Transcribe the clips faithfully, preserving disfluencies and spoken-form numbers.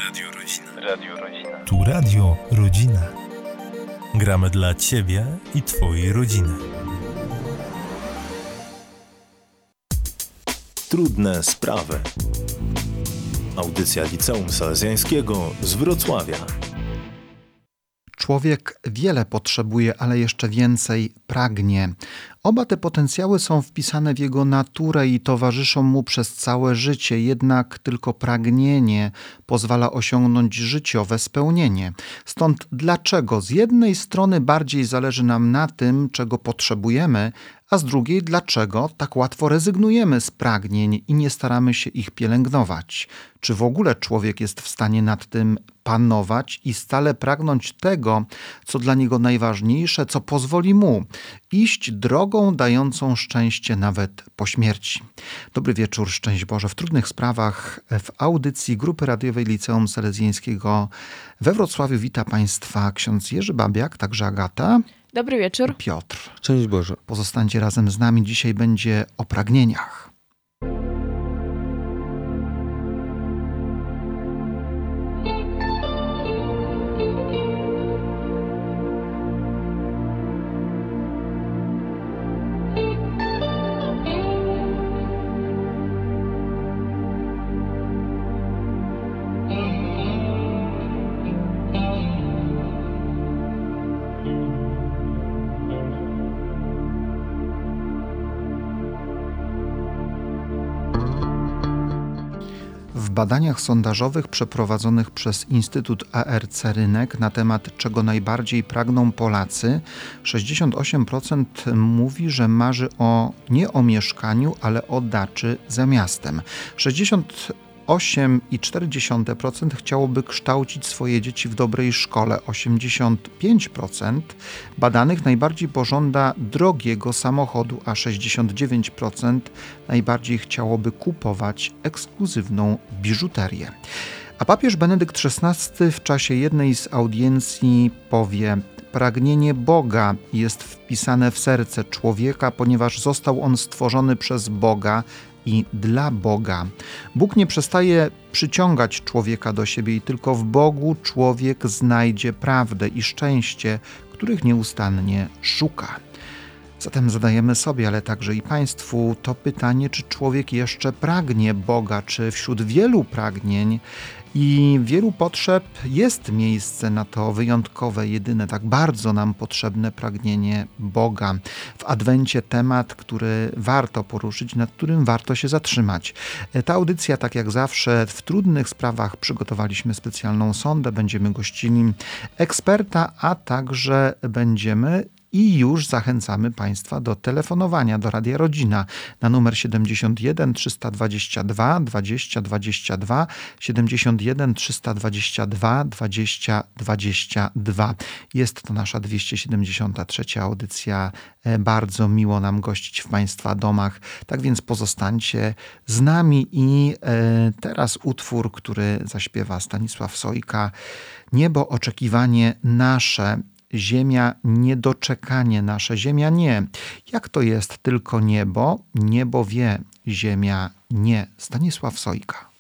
Radio Rodzina. Radio Rodzina. Tu Radio Rodzina. Gramy dla Ciebie i Twojej rodziny. Trudne sprawy. Audycja Liceum Salezjańskiego z Wrocławia. Człowiek wiele potrzebuje, ale jeszcze więcej pragnie. Oba te potencjały są wpisane w jego naturę i towarzyszą mu przez całe życie, jednak tylko pragnienie pozwala osiągnąć życiowe spełnienie. Stąd dlaczego z jednej strony bardziej zależy nam na tym, czego potrzebujemy, a z drugiej dlaczego tak łatwo rezygnujemy z pragnień i nie staramy się ich pielęgnować? Czy w ogóle człowiek jest w stanie nad tym panować i stale pragnąć tego, co dla niego najważniejsze, co pozwoli mu iść drogą dającą szczęście nawet po śmierci? Dobry wieczór, szczęść Boże. W trudnych sprawach w audycji Grupy Radiowej Liceum Salezjańskiego we Wrocławiu wita Państwa ksiądz Jerzy Babiak, także Agata. Dobry wieczór. Piotr. Szczęść Boże. Pozostańcie razem z nami. Dzisiaj będzie o pragnieniach. W badaniach sondażowych przeprowadzonych przez Instytut A R C Rynek na temat czego najbardziej pragną Polacy, sześćdziesiąt osiem procent mówi, że marzy o nie o mieszkaniu, ale o daczy za miastem. sześćdziesiąt osiem przecinek cztery procent chciałoby kształcić swoje dzieci w dobrej szkole. osiemdziesiąt pięć procent badanych najbardziej pożąda drogiego samochodu, a sześćdziesiąt dziewięć procent najbardziej chciałoby kupować ekskluzywną biżuterię. A papież Benedykt szesnasty w czasie jednej z audiencji powie: pragnienie Boga jest wpisane w serce człowieka, ponieważ został on stworzony przez Boga i dla Boga. Bóg nie przestaje przyciągać człowieka do siebie i tylko w Bogu człowiek znajdzie prawdę i szczęście, których nieustannie szuka. Zatem zadajemy sobie, ale także i Państwu to pytanie, czy człowiek jeszcze pragnie Boga, czy wśród wielu pragnień i wielu potrzeb jest miejsce na to wyjątkowe, jedyne, tak bardzo nam potrzebne pragnienie Boga. W Adwencie temat, który warto poruszyć, nad którym warto się zatrzymać. Ta audycja, tak jak zawsze, w trudnych sprawach przygotowaliśmy specjalną sondę, będziemy gościli eksperta, a także będziemy I już zachęcamy Państwa do telefonowania do Radia Rodzina na numer siedemdziesiąt jeden trzysta dwadzieścia dwa dwadzieścia dwadzieścia dwa, siedemdziesiąt jeden trzysta dwadzieścia dwa dwadzieścia dwadzieścia dwa. Jest to nasza dwieście siedemdziesiąta trzecia audycja. Bardzo miło nam gościć w Państwa domach. Tak więc pozostańcie z nami i teraz utwór, który zaśpiewa Stanisław Sojka. Niebo, oczekiwanie nasze. Ziemia, niedoczekanie nasze. Ziemia nie. Jak to jest tylko niebo? Niebo wie, ziemia nie. Stanisław Sojka.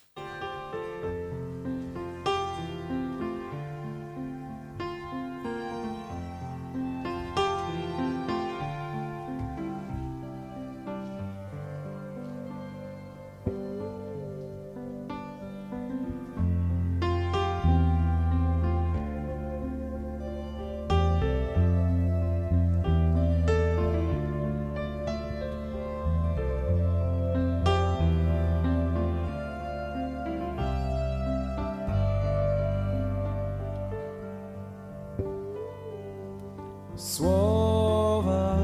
Słowa,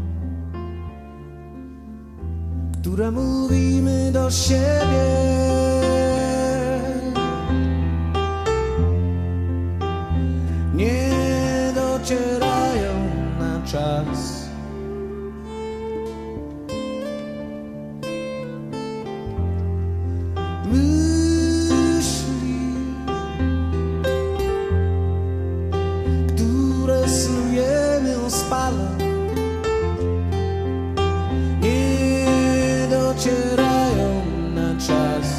które mówimy do siebie, nie docierają na czas. Myśli, które snujemy o spale, nie docierają na czas.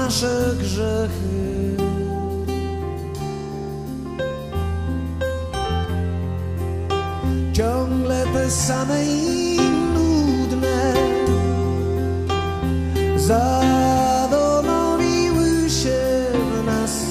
nasze grzechy. Ciągle te same i nudne zadomowiły się w nas.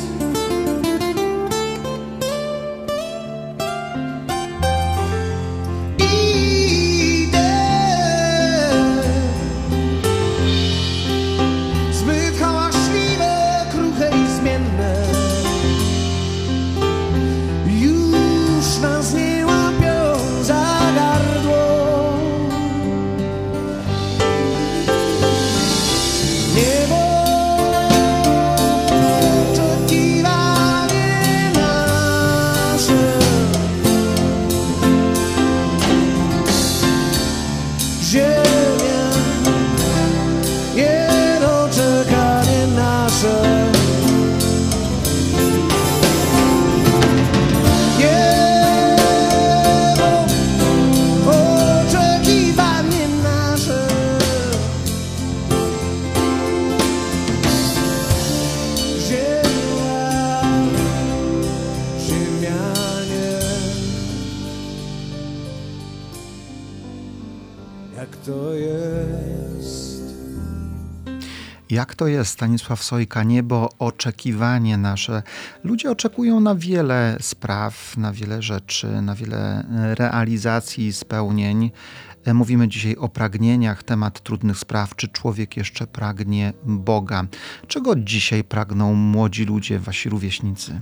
Jak to jest, Stanisław Sojka, niebo, oczekiwanie nasze. Ludzie oczekują na wiele spraw, na wiele rzeczy, na wiele realizacji i spełnień. Mówimy dzisiaj o pragnieniach, temat trudnych spraw. Czy człowiek jeszcze pragnie Boga? Czego dzisiaj pragną młodzi ludzie, wasi rówieśnicy?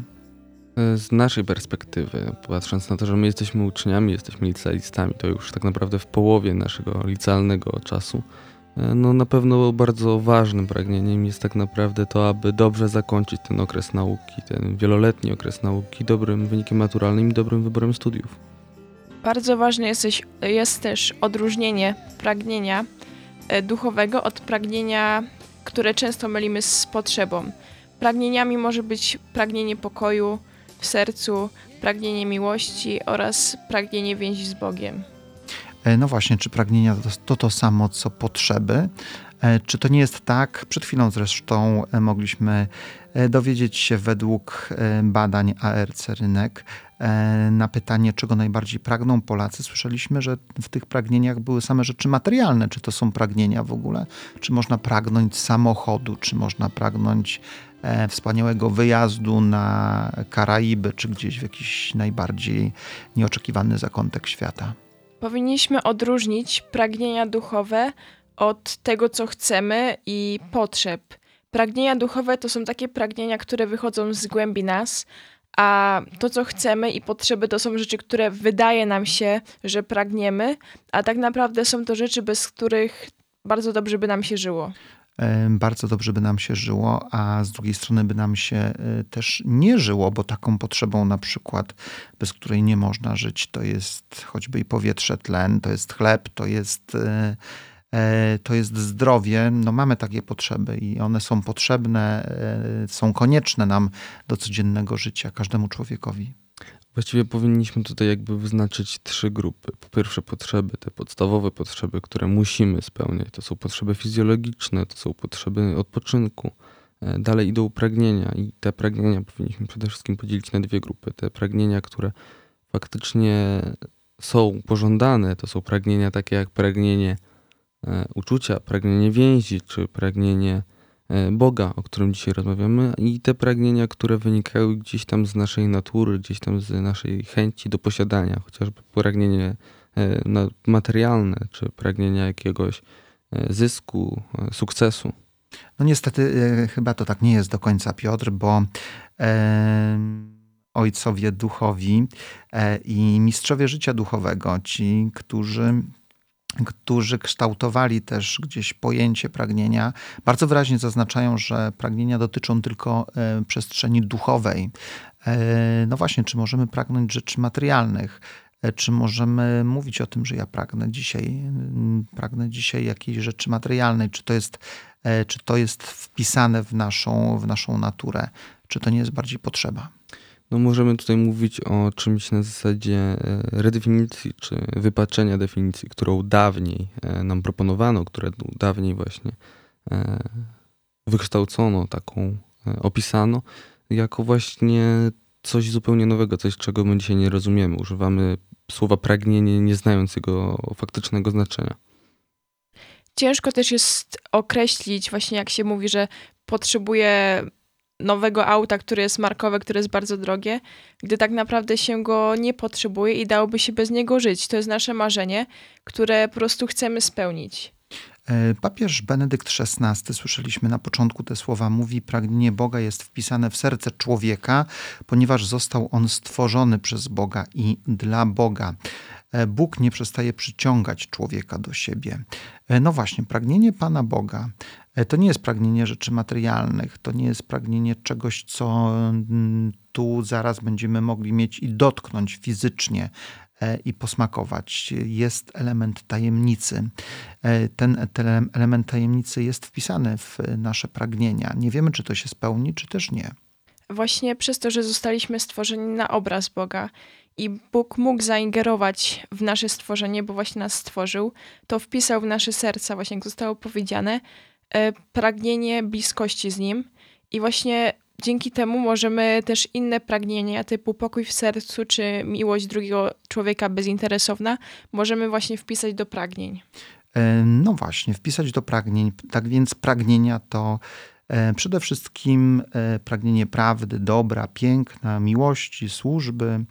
Z naszej perspektywy, patrząc na to, że my jesteśmy uczniami, jesteśmy licealistami, to już tak naprawdę w połowie naszego licealnego czasu, no na pewno bardzo ważnym pragnieniem jest tak naprawdę to, aby dobrze zakończyć ten okres nauki, ten wieloletni okres nauki dobrym wynikiem maturalnym i dobrym wyborem studiów. Bardzo ważne jest, jest też odróżnienie pragnienia duchowego od pragnienia, które często mylimy z potrzebą. Pragnieniami może być pragnienie pokoju w sercu, pragnienie miłości oraz pragnienie więzi z Bogiem. No właśnie, czy pragnienia to, to to samo, co potrzeby? Czy to nie jest tak? Przed chwilą zresztą mogliśmy dowiedzieć się według badań A R C Rynek na pytanie, czego najbardziej pragną Polacy. Słyszeliśmy, że w tych pragnieniach były same rzeczy materialne. Czy to są pragnienia w ogóle? Czy można pragnąć samochodu? Czy można pragnąć wspaniałego wyjazdu na Karaiby? Czy gdzieś w jakiś najbardziej nieoczekiwany zakątek świata? Powinniśmy odróżnić pragnienia duchowe od tego, co chcemy i potrzeb. Pragnienia duchowe to są takie pragnienia, które wychodzą z głębi nas, a to, co chcemy i potrzeby to są rzeczy, które wydaje nam się, że pragniemy, a tak naprawdę są to rzeczy, bez których bardzo dobrze by nam się żyło. Bardzo dobrze by nam się żyło, a z drugiej strony by nam się też nie żyło, bo taką potrzebą na przykład, bez której nie można żyć, to jest choćby i powietrze, tlen, to jest chleb, to jest, to jest zdrowie. No mamy takie potrzeby i one są potrzebne, są konieczne nam do codziennego życia, każdemu człowiekowi. Właściwie powinniśmy tutaj jakby wyznaczyć trzy grupy. Po pierwsze potrzeby, te podstawowe potrzeby, które musimy spełniać. To są potrzeby fizjologiczne, to są potrzeby odpoczynku. Dalej idą pragnienia i te pragnienia powinniśmy przede wszystkim podzielić na dwie grupy. Te pragnienia, które faktycznie są pożądane, to są pragnienia takie jak pragnienie uczucia, pragnienie więzi, czy pragnienie Boga, o którym dzisiaj rozmawiamy, i te pragnienia, które wynikały gdzieś tam z naszej natury, gdzieś tam z naszej chęci do posiadania, chociażby pragnienie materialne, czy pragnienia jakiegoś zysku, sukcesu. No niestety chyba to tak nie jest do końca, Piotr, bo e, ojcowie duchowi e, i mistrzowie życia duchowego, ci, którzy którzy kształtowali też gdzieś pojęcie pragnienia, bardzo wyraźnie zaznaczają, że pragnienia dotyczą tylko e, przestrzeni duchowej. E, no właśnie, czy możemy pragnąć rzeczy materialnych? E, czy możemy mówić o tym, że ja pragnę dzisiaj, pragnę dzisiaj jakiejś rzeczy materialnej? Czy to jest, e, czy to jest wpisane w naszą, w naszą naturę? Czy to nie jest bardziej potrzeba? No możemy tutaj mówić o czymś na zasadzie redefinicji, czy wypaczenia definicji, którą dawniej nam proponowano, które dawniej właśnie wykształcono, taką opisano, jako właśnie coś zupełnie nowego, coś, czego my dzisiaj nie rozumiemy. Używamy słowa pragnienie, nie znając jego faktycznego znaczenia. Ciężko też jest określić, właśnie jak się mówi, że potrzebuje nowego auta, które jest markowe, które jest bardzo drogie, gdy tak naprawdę się go nie potrzebuje i dałoby się bez niego żyć. To jest nasze marzenie, które po prostu chcemy spełnić. Papież Benedykt szesnasty, słyszeliśmy na początku te słowa, mówi: pragnienie Boga jest wpisane w serce człowieka, ponieważ został on stworzony przez Boga i dla Boga. Bóg nie przestaje przyciągać człowieka do siebie. No właśnie, pragnienie Pana Boga to nie jest pragnienie rzeczy materialnych, to nie jest pragnienie czegoś, co tu zaraz będziemy mogli mieć i dotknąć fizycznie i posmakować. Jest element tajemnicy. Ten, ten element tajemnicy jest wpisany w nasze pragnienia. Nie wiemy, czy to się spełni, czy też nie. Właśnie przez to, że zostaliśmy stworzeni na obraz Boga i Bóg mógł zaingerować w nasze stworzenie, bo właśnie nas stworzył, to wpisał w nasze serca, właśnie jak zostało powiedziane, pragnienie bliskości z Nim i właśnie dzięki temu możemy też inne pragnienia, typu pokój w sercu, czy miłość drugiego człowieka bezinteresowna, możemy właśnie wpisać do pragnień. No właśnie, wpisać do pragnień. Tak więc pragnienia to przede wszystkim pragnienie prawdy, dobra, piękna, miłości, służby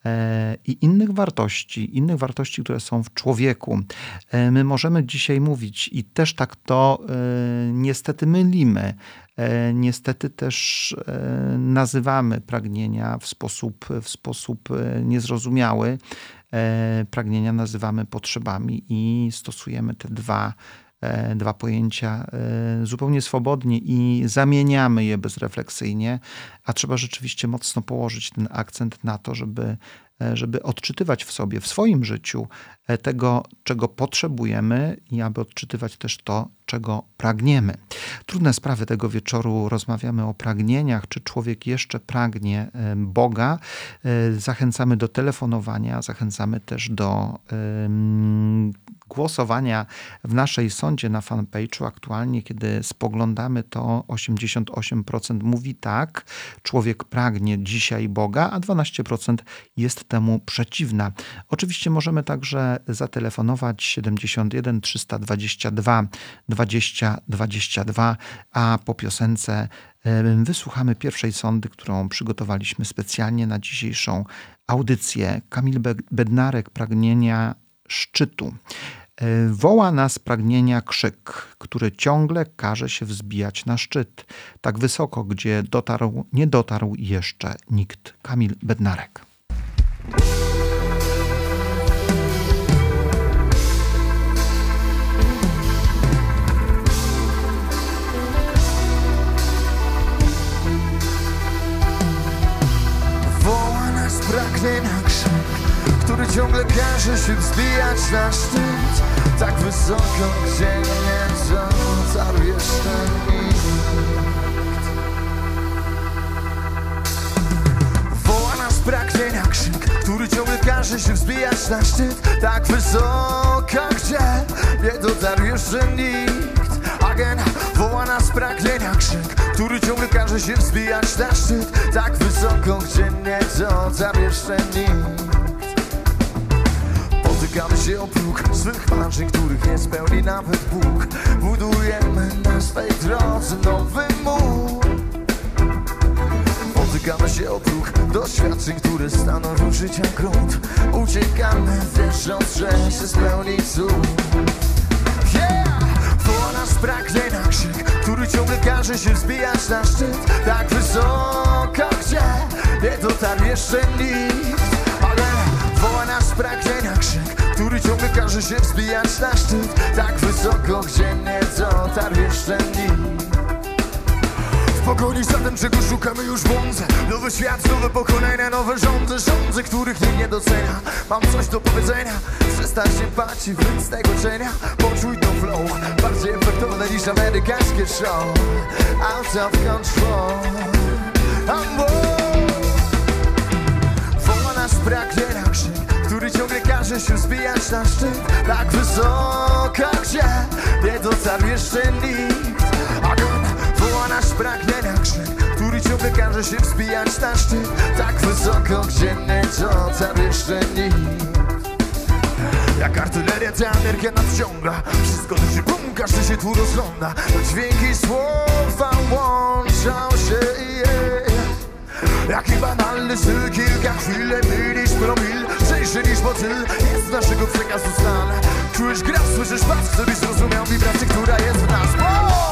i innych wartości, innych wartości, które są w człowieku. My możemy dzisiaj mówić i też tak to niestety mylimy. Niestety też nazywamy pragnienia w sposób, w sposób niezrozumiały. Pragnienia nazywamy potrzebami i stosujemy te dwa dwa pojęcia zupełnie swobodnie i zamieniamy je bezrefleksyjnie, a trzeba rzeczywiście mocno położyć ten akcent na to, żeby, żeby odczytywać w sobie, w swoim życiu tego, czego potrzebujemy i aby odczytywać też to, czego pragniemy. Trudne sprawy tego wieczoru. Rozmawiamy o pragnieniach, czy człowiek jeszcze pragnie Boga. Zachęcamy do telefonowania, zachęcamy też do um, głosowania w naszej sondzie na fanpage'u. Aktualnie, kiedy spoglądamy, to osiemdziesiąt osiem procent mówi tak, człowiek pragnie dzisiaj Boga, a dwanaście procent jest temu przeciwna. Oczywiście możemy także zatelefonować siedemdziesiąt jeden trzysta dwadzieścia dwa dwadzieścia dwadzieścia dwa, a po piosence wysłuchamy pierwszej sondy, którą przygotowaliśmy specjalnie na dzisiejszą audycję. Kamil Bednarek, pragnienia szczytu. Woła nas pragnienia krzyk, który ciągle każe się wzbijać na szczyt, tak wysoko, gdzie dotarł, nie dotarł jeszcze nikt. Kamil Bednarek. Woła nas pragnienia krzyk, który ciągle każe się wzbijać na szczyt, tak wysoko, gdzie nie dotarł jeszcze nikt. Woła nas pragnienia krzyk, który ciągle każe się wzbijać na szczyt, tak wysoko, gdzie nie dotarł jeszcze nikt. Again, woła nas pragnienia krzyk, który ciągle każe się wzbijać na szczyt, tak wysoko, gdzie nie dotarł jeszcze nikt. Potykamy się o próg swych marzeń, których nie spełni nawet Bóg. Budujemy na swej drodze nowy mur. Potykamy się o próg doświadczeń, które stanowią życia grunt. Uciekamy, wierząc, że się spełni cud. Yeah! Woła nas pragnienia krzyk, który ciągle każe się wzbijać na szczyt, tak wysoko, gdzie nie dotarł jeszcze nikt. Woła nas pragnienia krzyk, który ciągle każe się wzbijać na szczyt, tak wysoko, gdzie nie dotarł jeszcze nikt. W pogoni za tym, czego szukamy, już błądzę. Nowy świat, nowe pokolenia, nowe rządy, rządy, których nikt nie docenia. Mam coś do powiedzenia, przestań się bać i wyjdź z tego cienia. Poczuj to flow, bardziej efektowne niż amerykańskie show. Out of control, I'm woła nas pragnienia krzyk, który ciągle każe się wzbijać na szczyt, tak wysoko, gdzie nie dotarł jeszcze nikt. Again, każe się wzbijać na szczyt tak wysoko, gdzie nie dotarł jeszcze nikt. Jak artyleria ta energię nadciąga, wszystko drży, bum, każdy się tu rozgląda. Dźwięki słowa łączą się, yeah. Jaki banalny styl, kilka chwil, lepiej niż promil, lżejszy niż motyl, jest naszego przekazu stan. Czujesz graf, słyszysz pas, żebyś zrozumiał wibrację, która jest w nas. Bo!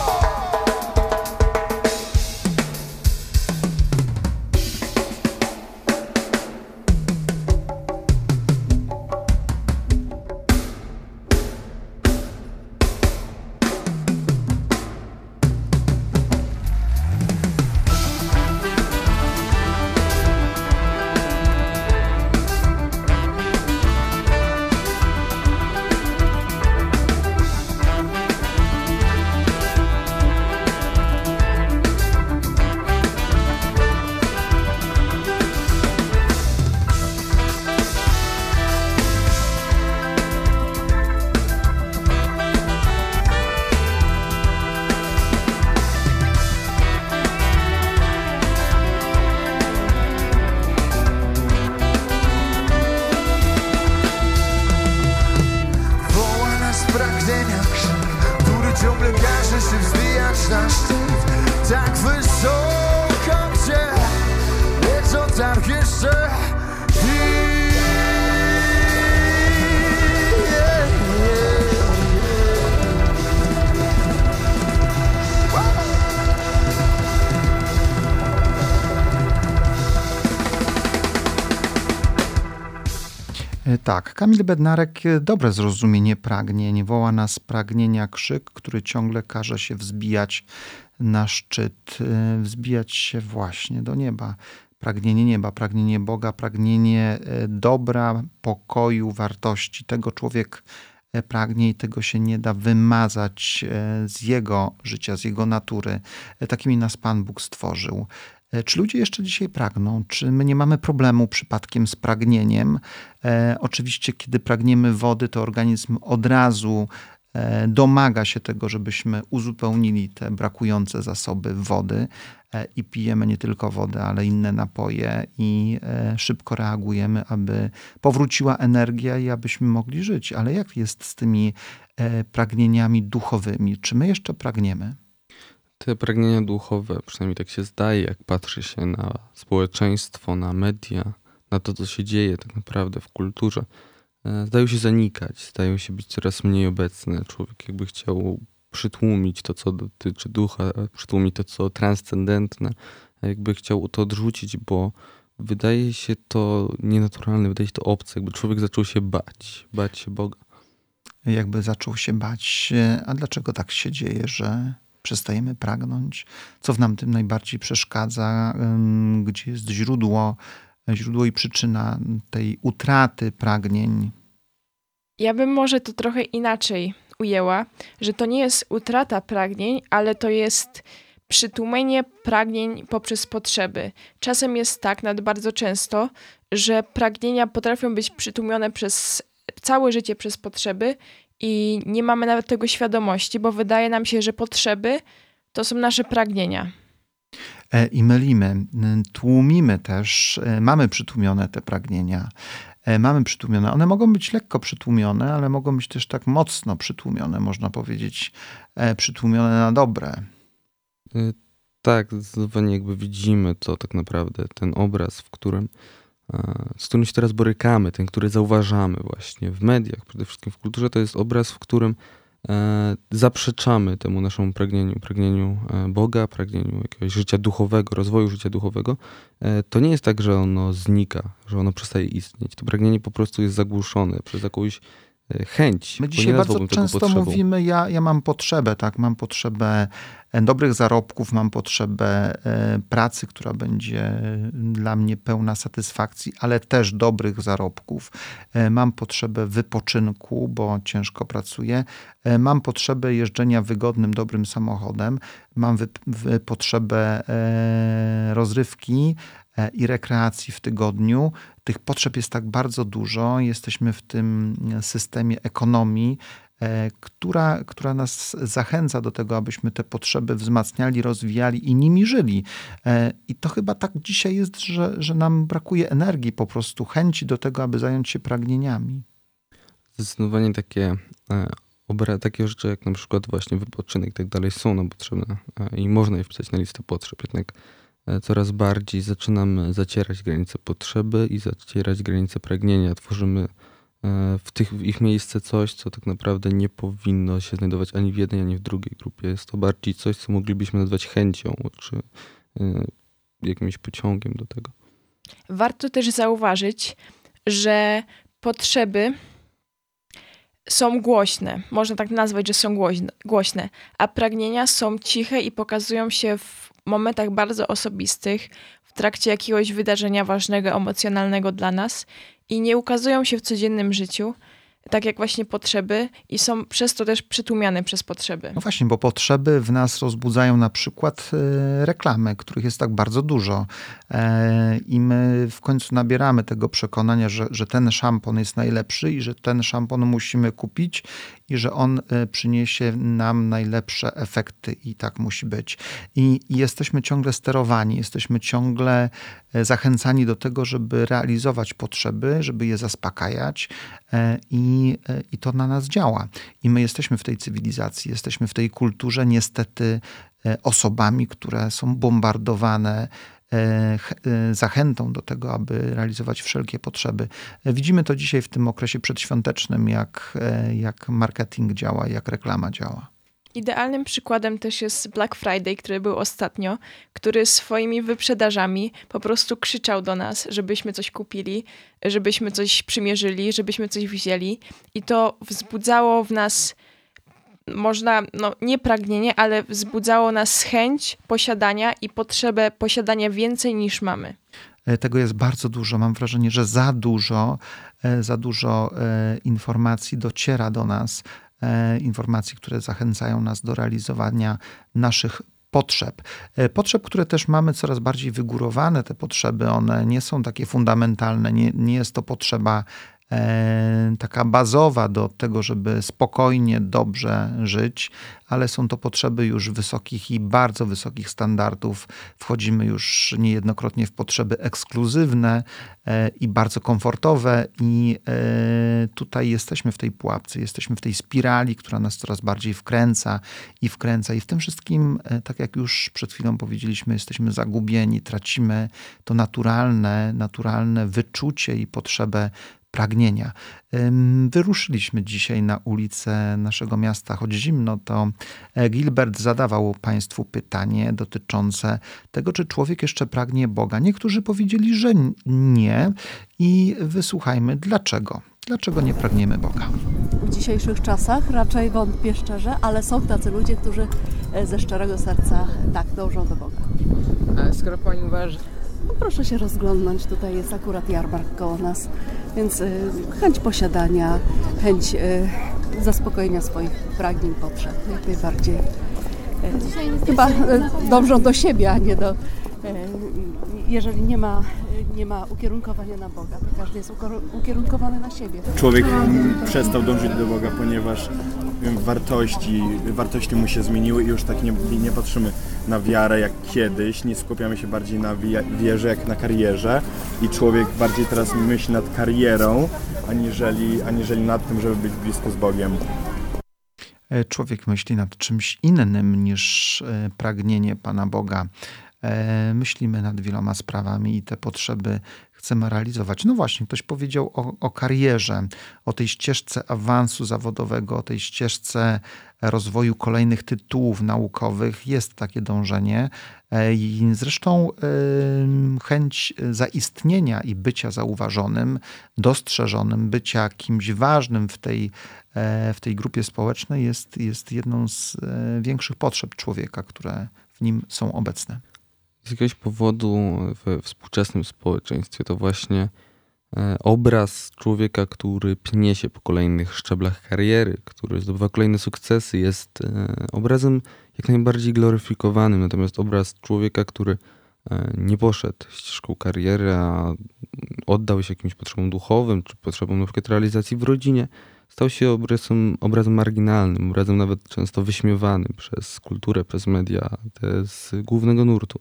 Tak, Kamil Bednarek, dobre zrozumienie pragnień. Woła nas pragnienia krzyk, który ciągle każe się wzbijać na szczyt, wzbijać się właśnie do nieba. Pragnienie nieba, pragnienie Boga, pragnienie dobra, pokoju, wartości. Tego człowiek pragnie i tego się nie da wymazać z jego życia, z jego natury. Takimi nas Pan Bóg stworzył. Czy ludzie jeszcze dzisiaj pragną? Czy my nie mamy problemu przypadkiem z pragnieniem? E, oczywiście, kiedy pragniemy wody, to organizm od razu e, domaga się tego, żebyśmy uzupełnili te brakujące zasoby wody e, i pijemy nie tylko wodę, ale inne napoje i e, szybko reagujemy, aby powróciła energia i abyśmy mogli żyć. Ale jak jest z tymi e, pragnieniami duchowymi? Czy my jeszcze pragniemy? Te pragnienia duchowe, przynajmniej tak się zdaje, jak patrzy się na społeczeństwo, na media, na to, co się dzieje tak naprawdę w kulturze, zdają się zanikać, zdają się być coraz mniej obecne. Człowiek jakby chciał przytłumić to, co dotyczy ducha, przytłumić to, co transcendentne, a jakby chciał to odrzucić, bo wydaje się to nienaturalne, wydaje się to obce, jakby człowiek zaczął się bać, bać się Boga. Jakby zaczął się bać, a dlaczego tak się dzieje, że przestajemy pragnąć? Co w nam tym najbardziej przeszkadza? Gdzie jest źródło, źródło i przyczyna tej utraty pragnień? Ja bym może to trochę inaczej ujęła, że to nie jest utrata pragnień, ale to jest przytłumienie pragnień poprzez potrzeby. Czasem jest tak, nawet bardzo często, że pragnienia potrafią być przytłumione przez całe życie przez potrzeby i nie mamy nawet tego świadomości, bo wydaje nam się, że potrzeby to są nasze pragnienia. I mylimy, tłumimy też, mamy przytłumione te pragnienia. Mamy przytłumione. One mogą być lekko przytłumione, ale mogą być też tak mocno przytłumione, można powiedzieć, przytłumione na dobre. Tak, zdecydowanie jakby widzimy to tak naprawdę, ten obraz, w którym, z którym się teraz borykamy, ten, który zauważamy właśnie w mediach, przede wszystkim w kulturze, to jest obraz, w którym zaprzeczamy temu naszemu pragnieniu, pragnieniu Boga, pragnieniu jakiegoś życia duchowego, rozwoju życia duchowego. To nie jest tak, że ono znika, że ono przestaje istnieć. To pragnienie po prostu jest zagłuszone przez jakąś chęć. My dzisiaj bardzo często mówimy, ja, ja mam potrzebę, tak, mam potrzebę dobrych zarobków, mam potrzebę pracy, która będzie dla mnie pełna satysfakcji, ale też dobrych zarobków. Mam potrzebę wypoczynku, bo ciężko pracuję. Mam potrzebę jeżdżenia wygodnym, dobrym samochodem. Mam wy, wy, potrzebę rozrywki i rekreacji w tygodniu. Tych potrzeb jest tak bardzo dużo. Jesteśmy w tym systemie ekonomii, która, która nas zachęca do tego, abyśmy te potrzeby wzmacniali, rozwijali i nimi żyli. I to chyba tak dzisiaj jest, że, że nam brakuje energii, po prostu chęci do tego, aby zająć się pragnieniami. Zdecydowanie takie, obra, takie rzeczy jak na przykład właśnie wypoczynek i tak dalej są nam potrzebne i można je wpisać na listę potrzeb. Jednak coraz bardziej zaczynamy zacierać granice potrzeby i zacierać granice pragnienia. Tworzymy w, tych, w ich miejsce coś, co tak naprawdę nie powinno się znajdować ani w jednej, ani w drugiej grupie. Jest to bardziej coś, co moglibyśmy nazwać chęcią, czy y, jakimś pociągiem do tego. Warto też zauważyć, że potrzeby są głośne. Można tak nazwać, że są głośne, głośne, a pragnienia są ciche i pokazują się w momentach bardzo osobistych, w trakcie jakiegoś wydarzenia ważnego, emocjonalnego dla nas i nie ukazują się w codziennym życiu, tak jak właśnie potrzeby i są przez to też przytłumiane przez potrzeby. No właśnie, bo potrzeby w nas rozbudzają na przykład e, reklamy, których jest tak bardzo dużo e, i my w końcu nabieramy tego przekonania, że, że ten szampon jest najlepszy i że ten szampon musimy kupić i że on e, przyniesie nam najlepsze efekty i tak musi być. I, i jesteśmy ciągle sterowani, jesteśmy ciągle e, zachęcani do tego, żeby realizować potrzeby, żeby je zaspokajać e, i I, I to na nas działa. I my jesteśmy w tej cywilizacji, jesteśmy w tej kulturze niestety osobami, które są bombardowane zachętą do tego, aby realizować wszelkie potrzeby. Widzimy to dzisiaj w tym okresie przedświątecznym, jak, jak marketing działa, jak reklama działa. Idealnym przykładem też jest Black Friday, który był ostatnio, który swoimi wyprzedażami po prostu krzyczał do nas, żebyśmy coś kupili, żebyśmy coś przymierzyli, żebyśmy coś wzięli. I to wzbudzało w nas, można, no nie pragnienie, ale wzbudzało nas chęć posiadania i potrzebę posiadania więcej niż mamy. Tego jest bardzo dużo. Mam wrażenie, że za dużo, za dużo informacji dociera do nas, informacji, które zachęcają nas do realizowania naszych potrzeb. Potrzeb, które też mamy coraz bardziej wygórowane, te potrzeby, one nie są takie fundamentalne, nie, nie jest to potrzeba e, taka bazowa do tego, żeby spokojnie, dobrze żyć, ale są to potrzeby już wysokich i bardzo wysokich standardów. Wchodzimy już niejednokrotnie w potrzeby ekskluzywne e, i bardzo komfortowe i e, tutaj jesteśmy w tej pułapce, jesteśmy w tej spirali, która nas coraz bardziej wkręca i wkręca i w tym wszystkim, e, tak jak już przed chwilą powiedzieliśmy, jesteśmy zagubieni, tracimy to naturalne, naturalne wyczucie i potrzebę pragnienia. Wyruszyliśmy dzisiaj na ulicę naszego miasta, choć zimno, to Gilbert zadawał Państwu pytanie dotyczące tego, czy człowiek jeszcze pragnie Boga. Niektórzy powiedzieli, że nie i wysłuchajmy dlaczego. Dlaczego nie pragniemy Boga? W dzisiejszych czasach raczej wątpię szczerze, ale są tacy ludzie, którzy ze szczerego serca tak dążą do Boga. A skoro Pani uważa, no proszę się rozglądnąć, tutaj jest akurat jarmark koło nas, więc y, chęć posiadania, chęć y, zaspokojenia swoich pragnień, potrzeb, jak najbardziej. Y, chyba y, dążą do siebie, a nie do... Y, jeżeli nie ma, nie ma ukierunkowania na Boga, to każdy jest ukierunkowany na siebie. Człowiek przestał dążyć do Boga, ponieważ wartości, wartości mu się zmieniły i już tak nie, nie patrzymy na wiarę jak kiedyś, nie skupiamy się bardziej na wierze jak na karierze i człowiek bardziej teraz myśli nad karierą, aniżeli, aniżeli nad tym, żeby być blisko z Bogiem. Człowiek myśli nad czymś innym niż pragnienie Pana Boga. Myślimy nad wieloma sprawami i te potrzeby chcemy realizować. No właśnie, ktoś powiedział o, o karierze, o tej ścieżce awansu zawodowego, o tej ścieżce rozwoju kolejnych tytułów naukowych. Jest takie dążenie i zresztą chęć zaistnienia i bycia zauważonym, dostrzeżonym, bycia kimś ważnym w tej, w tej grupie społecznej jest, jest jedną z większych potrzeb człowieka, które w nim są obecne. Z jakiegoś powodu we współczesnym społeczeństwie to właśnie obraz człowieka, który pnie się po kolejnych szczeblach kariery, który zdobywa kolejne sukcesy, jest obrazem jak najbardziej gloryfikowanym. Natomiast obraz człowieka, który nie poszedł ścieżką kariery, a oddał się jakimś potrzebom duchowym, czy potrzebom na przykład realizacji w rodzinie, stał się obrazem, obrazem marginalnym, obrazem nawet często wyśmiewanym przez kulturę, przez media, te z głównego nurtu.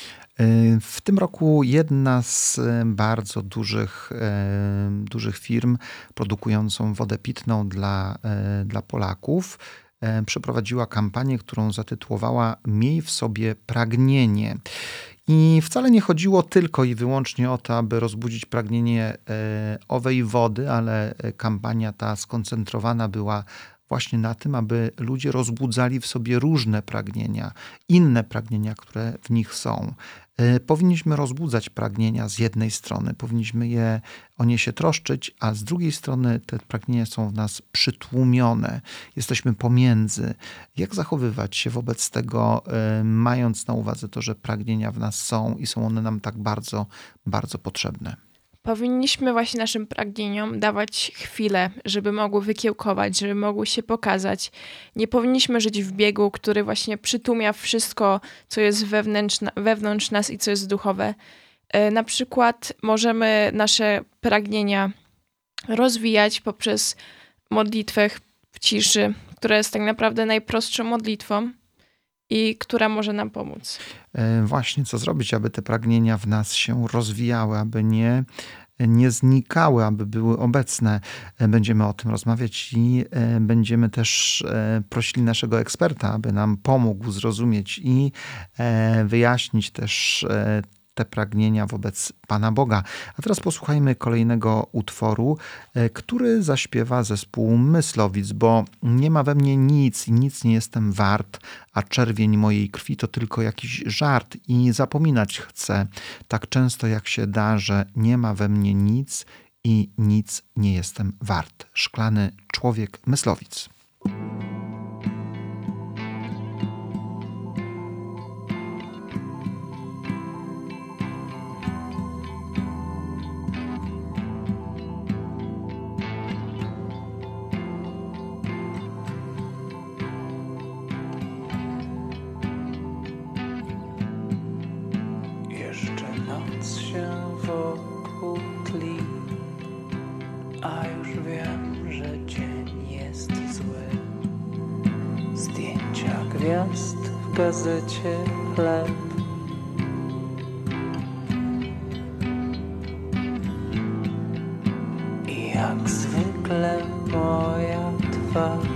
W tym roku jedna z bardzo dużych, dużych firm produkującą wodę pitną dla, dla Polaków przeprowadziła kampanię, którą zatytułowała „Miej w sobie pragnienie”. I wcale nie chodziło tylko i wyłącznie o to, aby rozbudzić pragnienie owej wody, ale kampania ta skoncentrowana była właśnie na tym, aby ludzie rozbudzali w sobie różne pragnienia, inne pragnienia, które w nich są. Powinniśmy rozbudzać pragnienia z jednej strony, powinniśmy je, o nie się troszczyć, a z drugiej strony te pragnienia są w nas przytłumione. Jesteśmy pomiędzy. Jak zachowywać się wobec tego, mając na uwadze to, że pragnienia w nas są i są one nam tak bardzo, bardzo potrzebne? Powinniśmy właśnie naszym pragnieniom dawać chwilę, żeby mogły wykiełkować, żeby mogły się pokazać. Nie powinniśmy żyć w biegu, który właśnie przytłumia wszystko, co jest wewnątrz, wewnątrz nas i co jest duchowe. Na przykład możemy nasze pragnienia rozwijać poprzez modlitwę w ciszy, która jest tak naprawdę najprostszą modlitwą i która może nam pomóc. Właśnie, co zrobić, aby te pragnienia w nas się rozwijały, aby nie, nie znikały, aby były obecne. Będziemy o tym rozmawiać i będziemy też prosili naszego eksperta, aby nam pomógł zrozumieć i wyjaśnić też te pragnienia wobec Pana Boga. A teraz posłuchajmy kolejnego utworu, który zaśpiewa zespół Myslowic, bo nie ma we mnie nic i nic nie jestem wart, a czerwień mojej krwi to tylko jakiś żart i zapominać chcę tak często jak się da, że nie ma we mnie nic i nic nie jestem wart. Szklany człowiek Myslowic. A już wiem, że dzień jest zły. Zdjęcia gwiazd w gazecie Chleb. I jak zwykle moja twarz,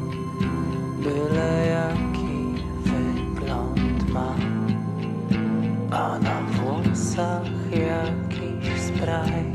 byle jaki wygląd ma, a na włosach jakiś spraj.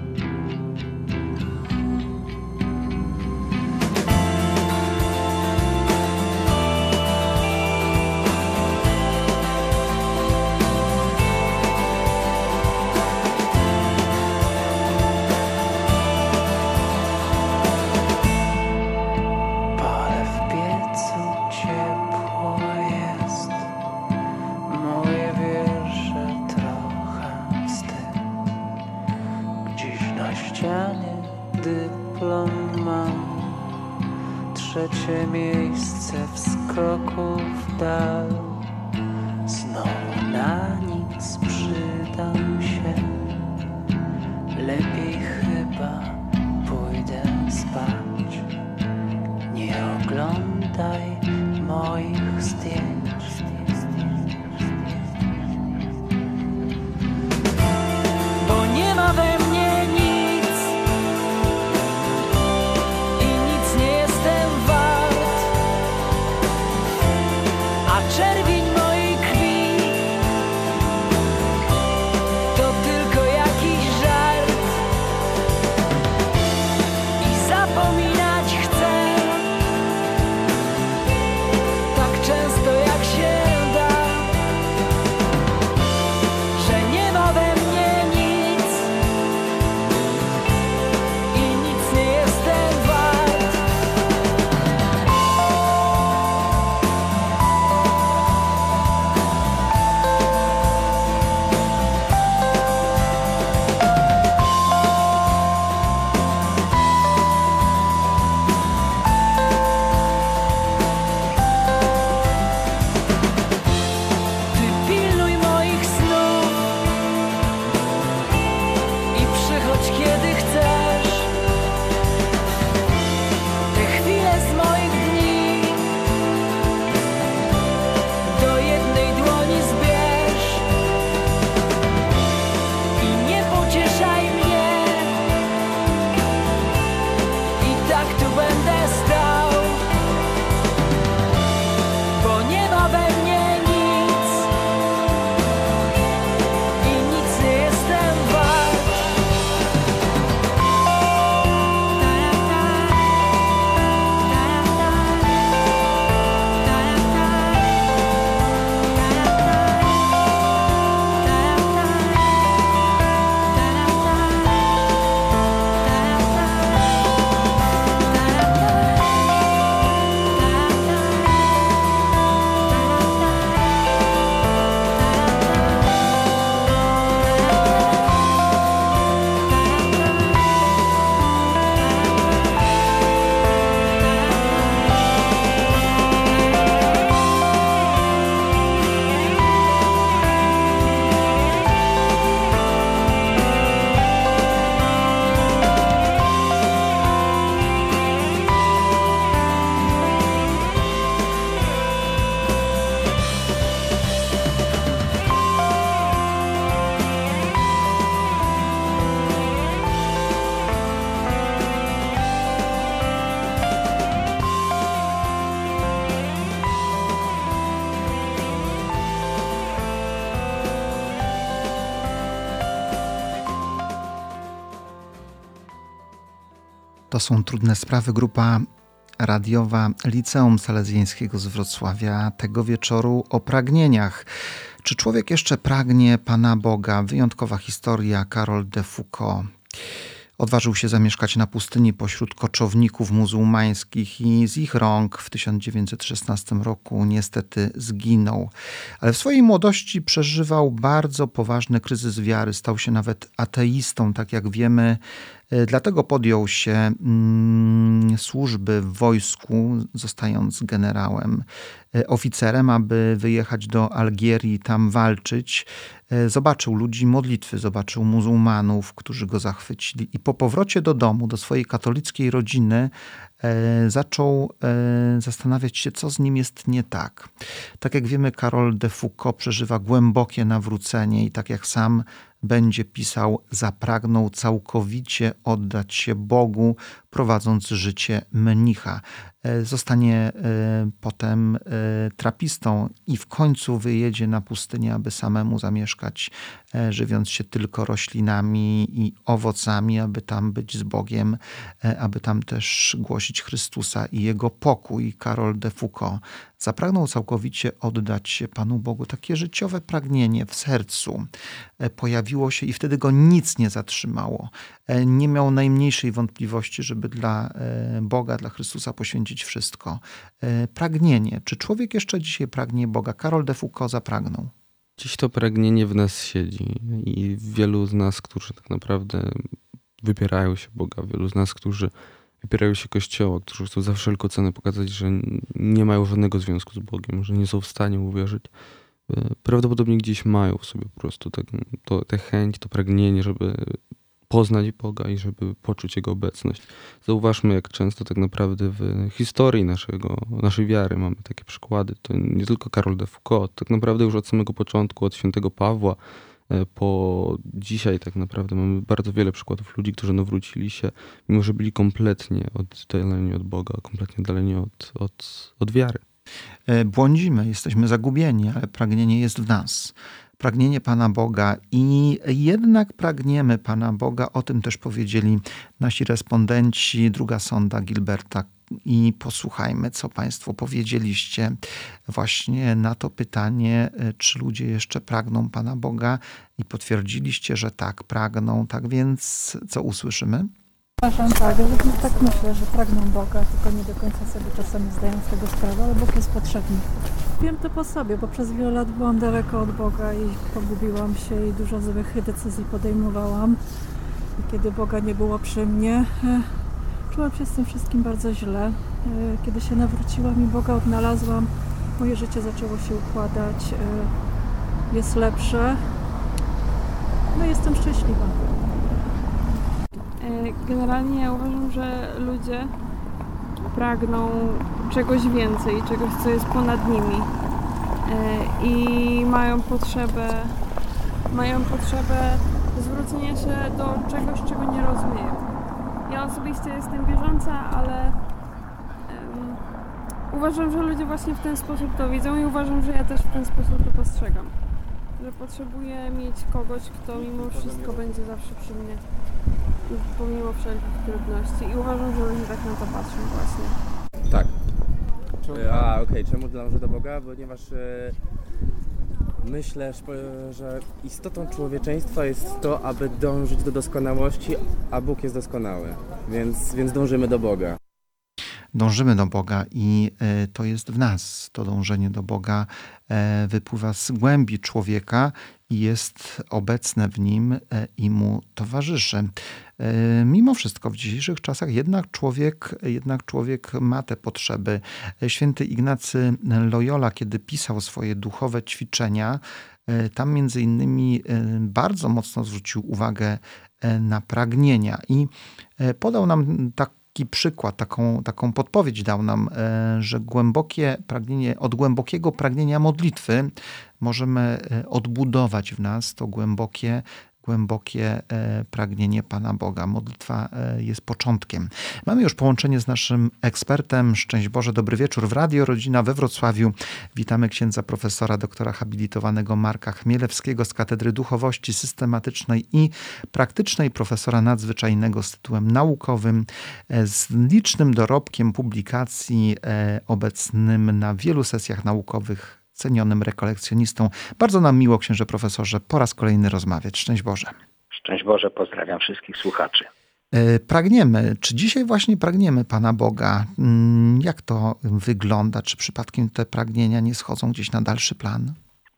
Dyplom mam, trzecie miejsce w skoku w dal. Znowu na nic przydam się, lepiej chyba pójdę spać. Nie oglądaj moich zdjęć. Bo nie ma we mnie nic i nic nie jestem wart, a czemu To są trudne sprawy. Grupa radiowa Liceum Salezjańskiego z Wrocławia tego wieczoru o pragnieniach. Czy człowiek jeszcze pragnie Pana Boga? Wyjątkowa historia. Karol de Foucauld odważył się zamieszkać na pustyni pośród koczowników muzułmańskich i z ich rąk w tysiąc dziewięćset szesnastym roku niestety zginął. Ale w swojej młodości przeżywał bardzo poważny kryzys wiary. Stał się nawet ateistą, tak jak wiemy. Dlatego podjął się mm, służby w wojsku, zostając generałem, oficerem, aby wyjechać do Algierii, tam walczyć. Zobaczył ludzi modlitwy, zobaczył muzułmanów, którzy go zachwycili. I po powrocie do domu, do swojej katolickiej rodziny, e, zaczął e, zastanawiać się, co z nim jest nie tak. Tak jak wiemy, Karol de Foucauld przeżywa głębokie nawrócenie i tak jak sam będzie pisał, zapragnął całkowicie oddać się Bogu, prowadząc życie mnicha. Zostanie potem trapistą i w końcu wyjedzie na pustynię, aby samemu zamieszkać, żywiąc się tylko roślinami i owocami, aby tam być z Bogiem, aby tam też głosić Chrystusa i Jego pokój. Karol de Foucauld zapragnął całkowicie oddać się Panu Bogu. Takie życiowe pragnienie w sercu pojawiło się i wtedy go nic nie zatrzymało. Nie miał najmniejszej wątpliwości, żeby dla Boga, dla Chrystusa poświęcić wszystko. Pragnienie. Czy człowiek jeszcze dzisiaj pragnie Boga? Karol de Foucauld zapragnął. Dziś to pragnienie w nas siedzi i wielu z nas, którzy tak naprawdę wypierają się Boga, wielu z nas, którzy wypierają się Kościoła, którzy chcą za wszelką cenę pokazać, że nie mają żadnego związku z Bogiem, że nie są w stanie uwierzyć, prawdopodobnie gdzieś mają w sobie po prostu tak, to, tę chęć, to pragnienie, żeby poznać Boga i żeby poczuć Jego obecność. Zauważmy, jak często tak naprawdę w historii naszego, naszej wiary mamy takie przykłady. To nie tylko Karol de Foucauld, tak naprawdę już od samego początku, od świętego Pawła po dzisiaj tak naprawdę mamy bardzo wiele przykładów ludzi, którzy nawrócili się, mimo że byli kompletnie oddaleni od Boga, kompletnie oddaleni od, od, od wiary. Błądzimy, jesteśmy zagubieni, ale pragnienie jest w nas. Pragnienie Pana Boga i jednak pragniemy Pana Boga. O tym też powiedzieli nasi respondenci. Druga sonda Gilberta. I posłuchajmy, co Państwo powiedzieliście właśnie na to pytanie, czy ludzie jeszcze pragną Pana Boga i potwierdziliście, że tak, pragną. Tak więc co usłyszymy? Uważam tak, że tak myślę, że pragną Boga, tylko nie do końca sobie czasami zdają z tego sprawę, ale Bóg jest potrzebny. Wiem to po sobie, bo przez wiele lat byłam daleko od Boga i pogubiłam się i dużo złych decyzji podejmowałam. I kiedy Boga nie było przy mnie, czułam się z tym wszystkim bardzo źle. Kiedy się nawróciłam i Boga odnalazłam, moje życie zaczęło się układać, jest lepsze, no i jestem szczęśliwa. Generalnie ja uważam, że ludzie pragną czegoś więcej, czegoś, co jest ponad nimi i mają potrzebę, mają potrzebę zwrócenia się do czegoś, czego nie rozumieją. Ja osobiście jestem wierząca, ale um, uważam, że ludzie właśnie w ten sposób to widzą i uważam, że ja też w ten sposób to postrzegam. Że potrzebuję mieć kogoś, kto mimo wszystko będzie zawsze przy mnie, pomimo wszelkich trudności. I uważam, że ludzie tak na to patrzą właśnie. Tak. A, okej, okay. Czemu dążę do Boga? Ponieważ e, myślę, że istotą człowieczeństwa jest to, aby dążyć do doskonałości, a Bóg jest doskonały, więc, więc dążymy do Boga. Dążymy do Boga i to jest w nas. To dążenie do Boga wypływa z głębi człowieka i jest obecne w nim i mu towarzyszy. Mimo wszystko w dzisiejszych czasach jednak człowiek, jednak człowiek ma te potrzeby. Święty Ignacy Loyola, kiedy pisał swoje duchowe ćwiczenia, tam między innymi bardzo mocno zwrócił uwagę na pragnienia i podał nam tak Taki przykład, taką, taką podpowiedź dał nam, że głębokie pragnienie, od głębokiego pragnienia modlitwy możemy odbudować w nas to głębokie głębokie pragnienie Pana Boga. Modlitwa jest początkiem. Mamy już połączenie z naszym ekspertem. Szczęść Boże, dobry wieczór w Radio Rodzina we Wrocławiu. Witamy księdza profesora, doktora habilitowanego Marka Chmielewskiego z Katedry Duchowości Systematycznej i Praktycznej, profesora nadzwyczajnego z tytułem naukowym, z licznym dorobkiem publikacji, obecnym na wielu sesjach naukowych, cenionym rekolekcjonistą. Bardzo nam miło, księże profesorze, po raz kolejny rozmawiać. Szczęść Boże. Szczęść Boże, pozdrawiam wszystkich słuchaczy. Pragniemy, czy dzisiaj właśnie pragniemy Pana Boga? Jak to wygląda? Czy przypadkiem te pragnienia nie schodzą gdzieś na dalszy plan?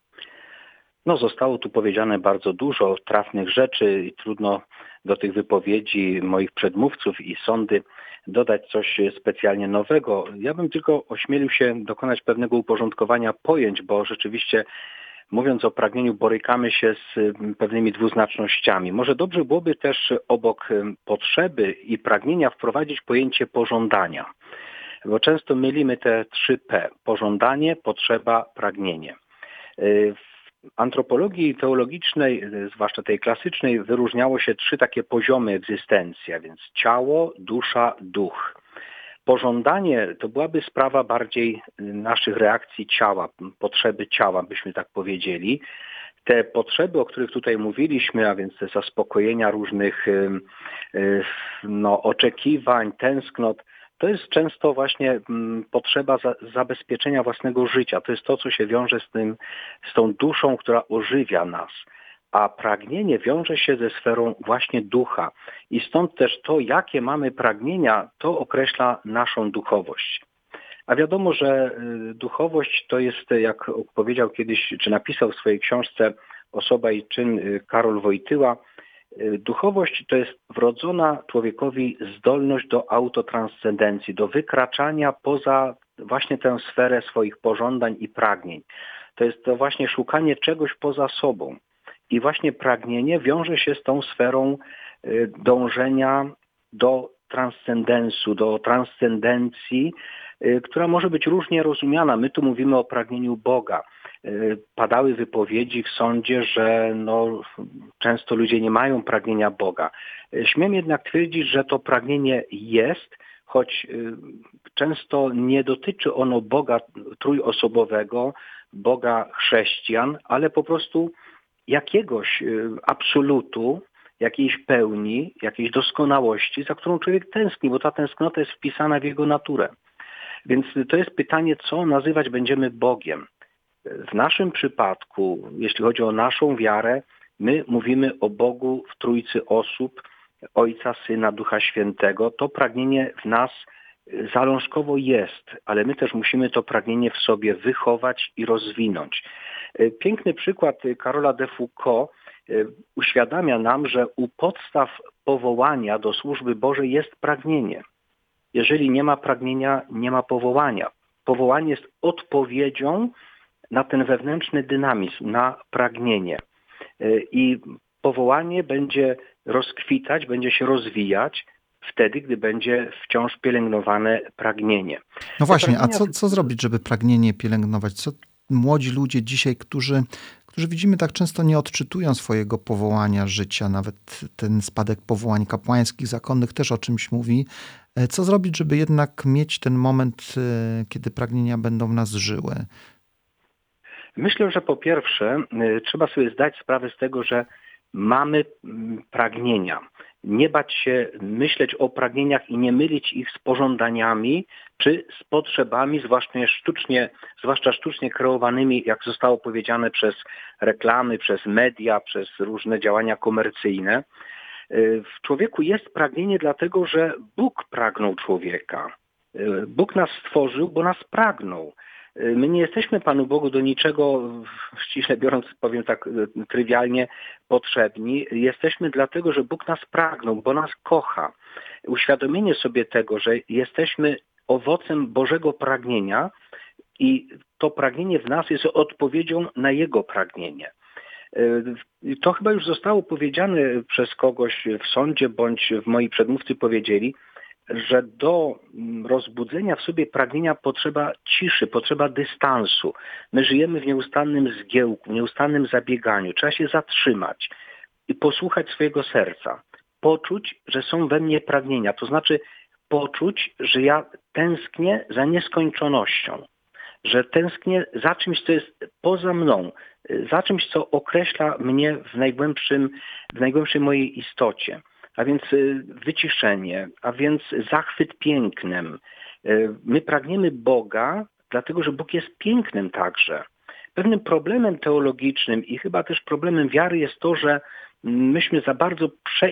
No, zostało tu powiedziane bardzo dużo trafnych rzeczy i trudno do tych wypowiedzi moich przedmówców i sądy dodać coś specjalnie nowego. Ja bym tylko ośmielił się dokonać pewnego uporządkowania pojęć, bo rzeczywiście mówiąc o pragnieniu borykamy się z pewnymi dwuznacznościami. Może dobrze byłoby też obok potrzeby i pragnienia wprowadzić pojęcie pożądania, bo często mylimy te trzy P. Pożądanie, potrzeba, pragnienie. W antropologii teologicznej, zwłaszcza tej klasycznej, wyróżniało się trzy takie poziomy egzystencji, a więc ciało, dusza, duch. Pożądanie to byłaby sprawa bardziej naszych reakcji ciała, potrzeby ciała, byśmy tak powiedzieli. Te potrzeby, o których tutaj mówiliśmy, a więc te zaspokojenia różnych no, oczekiwań, tęsknot, to jest często właśnie potrzeba za, zabezpieczenia własnego życia. To jest to, co się wiąże z tym, z tą duszą, która ożywia nas. A pragnienie wiąże się ze sferą właśnie ducha. I stąd też to, jakie mamy pragnienia, to określa naszą duchowość. A wiadomo, że duchowość to jest, jak powiedział kiedyś, czy napisał w swojej książce Osoba i czyn Karol Wojtyła, duchowość to jest wrodzona człowiekowi zdolność do autotranscendencji, do wykraczania poza właśnie tę sferę swoich pożądań i pragnień. To jest to właśnie szukanie czegoś poza sobą. I właśnie pragnienie wiąże się z tą sferą dążenia do transcendensu, do transcendencji, która może być różnie rozumiana. My tu mówimy o pragnieniu Boga. Padały wypowiedzi w sądzie, że no, często ludzie nie mają pragnienia Boga. Śmiem jednak twierdzić, że to pragnienie jest, choć często nie dotyczy ono Boga trójosobowego, Boga chrześcijan, ale po prostu jakiegoś absolutu, jakiejś pełni, jakiejś doskonałości, za którą człowiek tęskni, bo ta tęsknota jest wpisana w jego naturę. Więc to jest pytanie, co nazywać będziemy Bogiem. W naszym przypadku, jeśli chodzi o naszą wiarę, my mówimy o Bogu w trójcy osób, Ojca, Syna, Ducha Świętego. To pragnienie w nas zalążkowo jest, ale my też musimy to pragnienie w sobie wychować i rozwinąć. Piękny przykład Karola de Foucault uświadamia nam, że u podstaw powołania do służby Bożej jest pragnienie. Jeżeli nie ma pragnienia, nie ma powołania. Powołanie jest odpowiedzią na ten wewnętrzny dynamizm, na pragnienie. I powołanie będzie rozkwitać, będzie się rozwijać wtedy, gdy będzie wciąż pielęgnowane pragnienie. No właśnie, a co, co zrobić, żeby pragnienie pielęgnować? Co młodzi ludzie dzisiaj, którzy, którzy widzimy tak często nie odczytują swojego powołania życia, nawet ten spadek powołań kapłańskich, zakonnych też o czymś mówi. Co zrobić, żeby jednak mieć ten moment, kiedy pragnienia będą w nas żyły? Myślę, że po pierwsze trzeba sobie zdać sprawę z tego, że mamy pragnienia. Nie bać się myśleć o pragnieniach i nie mylić ich z pożądaniami czy z potrzebami, zwłaszcza sztucznie, zwłaszcza sztucznie kreowanymi, jak zostało powiedziane, przez reklamy, przez media, przez różne działania komercyjne. W człowieku jest pragnienie dlatego, że Bóg pragnął człowieka. Bóg nas stworzył, bo nas pragnął. My nie jesteśmy Panu Bogu do niczego, ściśle biorąc, powiem tak trywialnie, potrzebni. Jesteśmy dlatego, że Bóg nas pragnął, bo nas kocha. Uświadomienie sobie tego, że jesteśmy owocem Bożego pragnienia i to pragnienie w nas jest odpowiedzią na Jego pragnienie. To chyba już zostało powiedziane przez kogoś w sądzie, bądź w moi przedmówcy powiedzieli, że do rozbudzenia w sobie pragnienia potrzeba ciszy, potrzeba dystansu. My żyjemy w nieustannym zgiełku, w nieustannym zabieganiu. Trzeba się zatrzymać, i posłuchać swojego serca. Poczuć, że są we mnie pragnienia, to znaczy poczuć, że ja tęsknię za nieskończonością, że tęsknię za czymś, co jest poza mną, za czymś, co określa mnie w najgłębszym, w najgłębszej mojej istocie. A więc wyciszenie, a więc zachwyt pięknem. My pragniemy Boga, dlatego że Bóg jest pięknym także. Pewnym problemem teologicznym i chyba też problemem wiary jest to, że myśmy za bardzo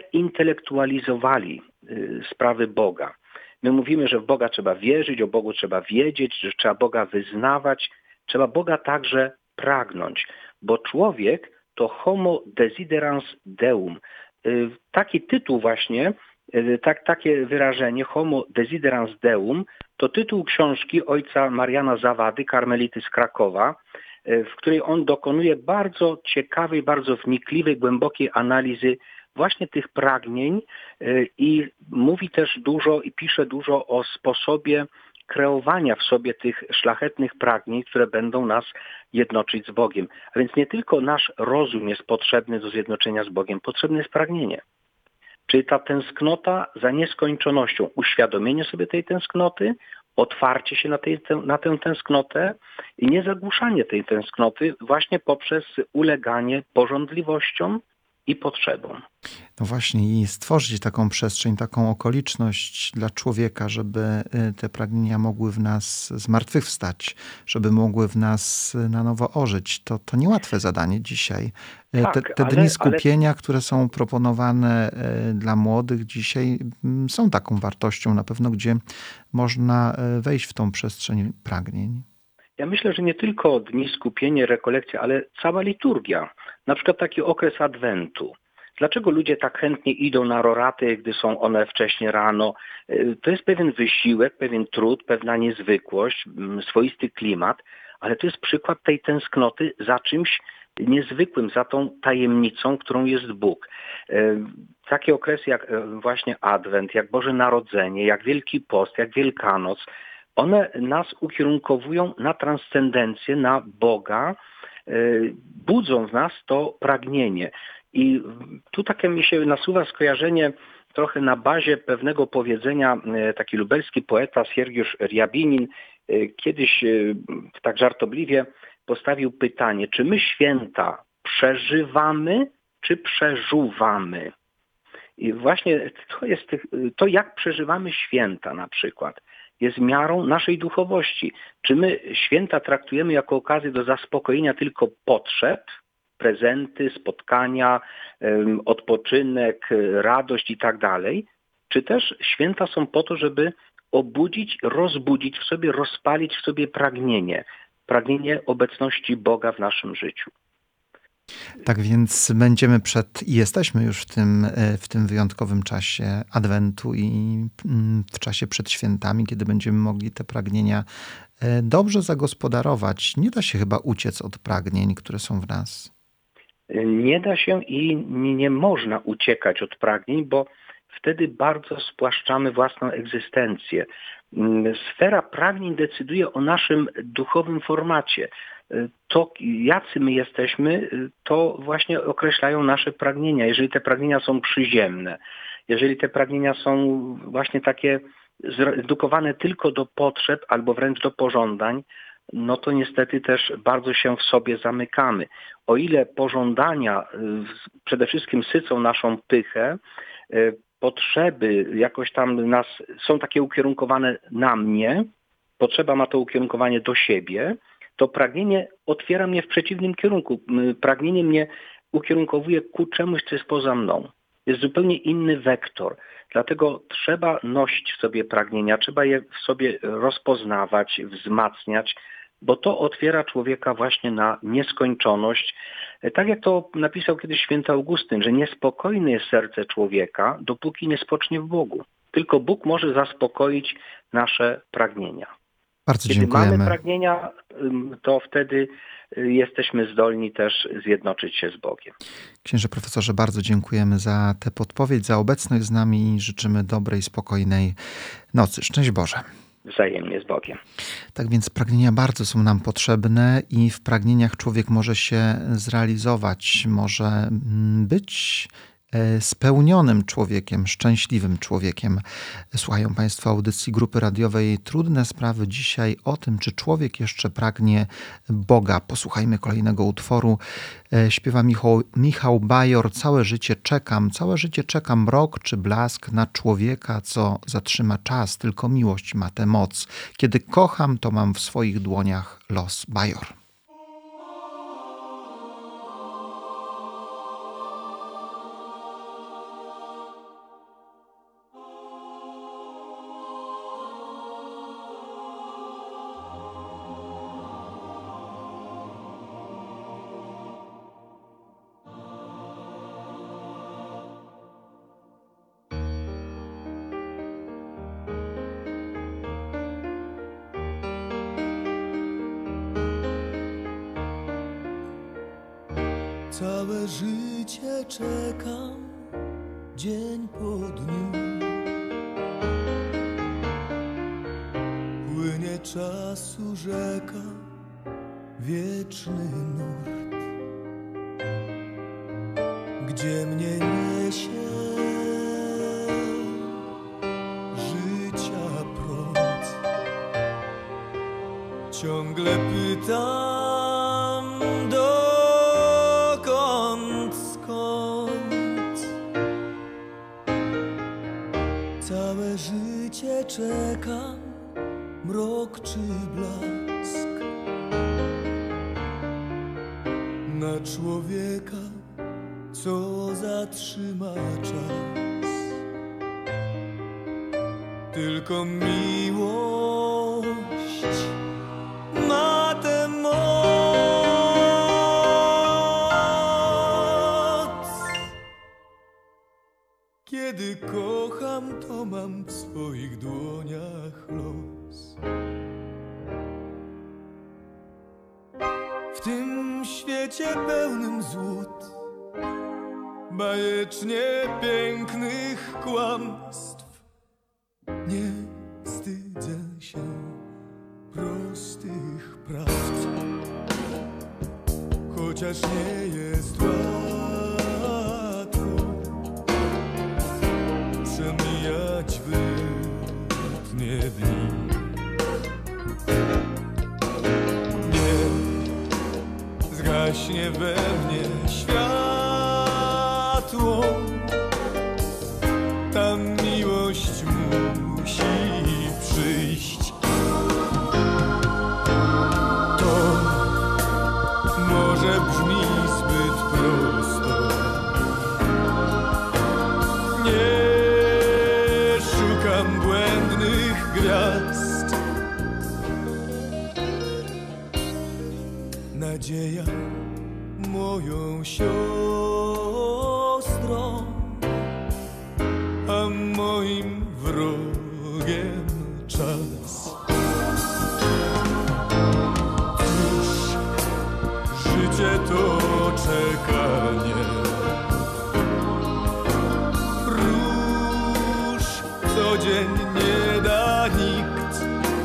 przeintelektualizowali sprawy Boga. My mówimy, że w Boga trzeba wierzyć, o Bogu trzeba wiedzieć, że trzeba Boga wyznawać, trzeba Boga także pragnąć, bo człowiek to homo desiderans deum. Taki tytuł właśnie, tak, takie wyrażenie homo desiderans deum to tytuł książki ojca Mariana Zawady, karmelity z Krakowa, w której on dokonuje bardzo ciekawej, bardzo wnikliwej, głębokiej analizy właśnie tych pragnień i mówi też dużo i pisze dużo o sposobie kreowania w sobie tych szlachetnych pragnień, które będą nas jednoczyć z Bogiem. A więc nie tylko nasz rozum jest potrzebny do zjednoczenia z Bogiem, potrzebne jest pragnienie. Czyli ta tęsknota za nieskończonością, uświadomienie sobie tej tęsknoty, otwarcie się na, tej, na tę tęsknotę i niezagłuszanie tej tęsknoty właśnie poprzez uleganie pożądliwościom i potrzebom. No właśnie i stworzyć taką przestrzeń, taką okoliczność dla człowieka, żeby te pragnienia mogły w nas zmartwychwstać, żeby mogły w nas na nowo ożyć. To, to niełatwe zadanie dzisiaj. Tak, te te ale, dni skupienia, ale... które są proponowane dla młodych dzisiaj, są taką wartością na pewno, gdzie można wejść w tą przestrzeń pragnień. Ja myślę, że nie tylko dni skupienia, rekolekcja, ale cała liturgia. Na przykład taki okres Adwentu. Dlaczego ludzie tak chętnie idą na roraty, gdy są one wcześnie rano? To jest pewien wysiłek, pewien trud, pewna niezwykłość, swoisty klimat, ale to jest przykład tej tęsknoty za czymś niezwykłym, za tą tajemnicą, którą jest Bóg. Takie okresy jak właśnie Adwent, jak Boże Narodzenie, jak Wielki Post, jak Wielkanoc, one nas ukierunkowują na transcendencję, na Boga, budzą w nas to pragnienie. I tu takie mi się nasuwa skojarzenie trochę na bazie pewnego powiedzenia, taki lubelski poeta Siergiusz Riabinin kiedyś tak żartobliwie postawił pytanie, czy my święta przeżywamy, czy przeżuwamy? I właśnie to jest to, jak przeżywamy święta na przykład, jest miarą naszej duchowości. Czy my święta traktujemy jako okazję do zaspokojenia tylko potrzeb, prezenty, spotkania, odpoczynek, radość i tak dalej, czy też święta są po to, żeby obudzić, rozbudzić w sobie, rozpalić w sobie pragnienie, pragnienie obecności Boga w naszym życiu. Tak więc będziemy przed i jesteśmy już w tym, w tym wyjątkowym czasie Adwentu i w czasie przed świętami, kiedy będziemy mogli te pragnienia dobrze zagospodarować. Nie da się chyba uciec od pragnień, które są w nas. Nie da się i nie można uciekać od pragnień, bo wtedy bardzo spłaszczamy własną egzystencję. Sfera pragnień decyduje o naszym duchowym formacie. To, jacy my jesteśmy, to właśnie określają nasze pragnienia. Jeżeli te pragnienia są przyziemne, jeżeli te pragnienia są właśnie takie zredukowane tylko do potrzeb albo wręcz do pożądań, no to niestety też bardzo się w sobie zamykamy. O ile pożądania przede wszystkim sycą naszą pychę, potrzeby jakoś tam nas są takie ukierunkowane na mnie, potrzeba ma to ukierunkowanie do siebie, to pragnienie otwiera mnie w przeciwnym kierunku. Pragnienie mnie ukierunkowuje ku czemuś, co jest poza mną. Jest zupełnie inny wektor. Dlatego trzeba nosić w sobie pragnienia, trzeba je w sobie rozpoznawać, wzmacniać, bo to otwiera człowieka właśnie na nieskończoność. Tak jak to napisał kiedyś święty Augustyn, że niespokojne jest serce człowieka, dopóki nie spocznie w Bogu. Tylko Bóg może zaspokoić nasze pragnienia. Bardzo Kiedy dziękujemy. mamy pragnienia, to wtedy jesteśmy zdolni też zjednoczyć się z Bogiem. Księże profesorze, bardzo dziękujemy za tę podpowiedź, za obecność z nami i życzymy dobrej, spokojnej nocy. Szczęść Boże. wzajemnie z Bogiem. Tak więc pragnienia bardzo są nam potrzebne i w pragnieniach człowiek może się zrealizować, może być spełnionym człowiekiem, szczęśliwym człowiekiem. Słuchają Państwo audycji Grupy Radiowej Trudne Sprawy. Dzisiaj o tym, czy człowiek jeszcze pragnie Boga. Posłuchajmy kolejnego utworu. Śpiewa Michał, Michał Bajor. Całe życie czekam, całe życie czekam mrok czy blask na człowieka, co zatrzyma czas. Tylko miłość ma tę moc. Kiedy kocham, to mam w swoich dłoniach los. Bajor. Całe życie czekam, dzień po dniu. Płynie czasu rzeka, wieczny nurt. Gdzie mnie niesie życia prąd? Ciągle pytam do całe życie czekam, mrok czy blask na człowieka, co zatrzyma czas. Tylko miłość ma tę moc. Kiedy kocham, to mam w swoich dłoniach los. W tym świecie pełnym złód, bajecznie pięknych kłamstw, nie wstydzę się prostych prawd. Chociaż nie jest łatwo przemijać wytnie dni. Nie zgaśnie we mnie światło, ta miłość musi przyjść. To może brzmi zbyt prosto. Nie szukam błędnych gwiazd. Nadzieja moją siostrą, a moim wrogiem czas. Cóż, życie to czekanie, róż co dzień nie da nikt.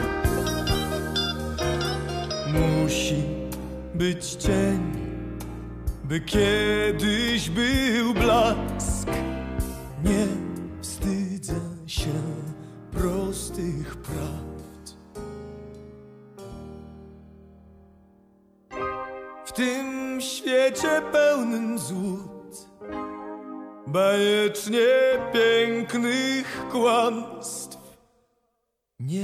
Musi być cień, by kiedyś był blask. Nie wstydzę się prostych prawd. W tym świecie pełnym złód, bajecznie pięknych kłamstw, nie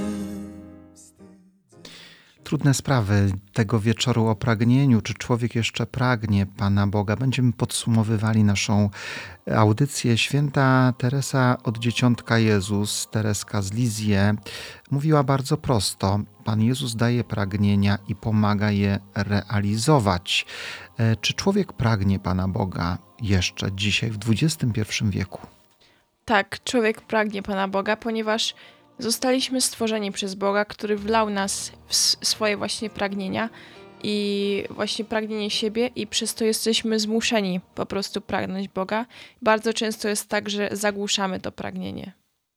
Trudne sprawy tego wieczoru o pragnieniu. Czy człowiek jeszcze pragnie Pana Boga? Będziemy podsumowywali naszą audycję. Święta Teresa od Dzieciątka Jezus, Tereska z Lizie, mówiła bardzo prosto. Pan Jezus daje pragnienia i pomaga je realizować. Czy człowiek pragnie Pana Boga jeszcze dzisiaj w dwudziestym pierwszym wieku? Tak, człowiek pragnie Pana Boga, ponieważ zostaliśmy stworzeni przez Boga, który wlał nas w swoje właśnie pragnienia i właśnie pragnienie siebie i przez to jesteśmy zmuszeni po prostu pragnąć Boga. Bardzo często jest tak, że zagłuszamy to pragnienie.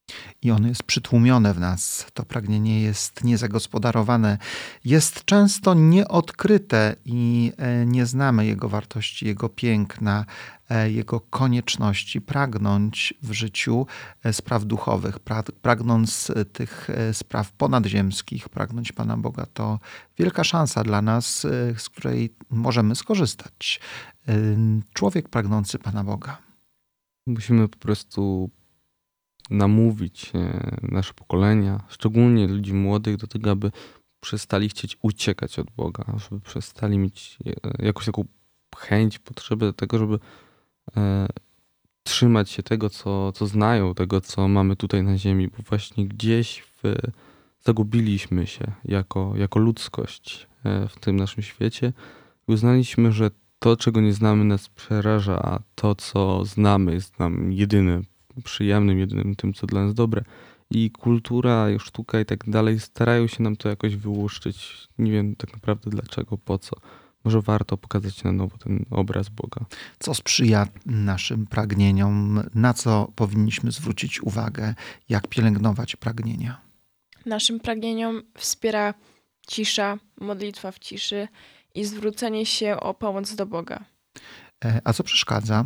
I ono jest przytłumione w nas. To pragnienie jest niezagospodarowane, jest często nieodkryte i nie znamy jego wartości, jego piękna, jego konieczności. Pragnąć w życiu spraw duchowych, pragnąc tych spraw ponadzziemskich, pragnąć Pana Boga, to wielka szansa dla nas, z której możemy skorzystać. Człowiek pragnący Pana Boga. Musimy po prostu namówić nasze pokolenia, szczególnie ludzi młodych, do tego, aby przestali chcieć uciekać od Boga, żeby przestali mieć jakąś taką chęć, potrzebę do tego, żeby e, trzymać się tego, co, co znają, tego, co mamy tutaj na ziemi, bo właśnie gdzieś w, zagubiliśmy się jako, jako ludzkość e, w tym naszym świecie i uznaliśmy, że to, czego nie znamy, nas przeraża, a to, co znamy, jest nam jedyne przyjemnym, jedynym tym, co dla nas dobre. I kultura, i sztuka i tak dalej starają się nam to jakoś wyłuszczyć. Nie wiem tak naprawdę dlaczego, po co. Może warto pokazać na nowo ten obraz Boga. Co sprzyja naszym pragnieniom? Na co powinniśmy zwrócić uwagę? Jak pielęgnować pragnienia? Naszym pragnieniom wspiera cisza, modlitwa w ciszy i zwrócenie się o pomoc do Boga. A co przeszkadza?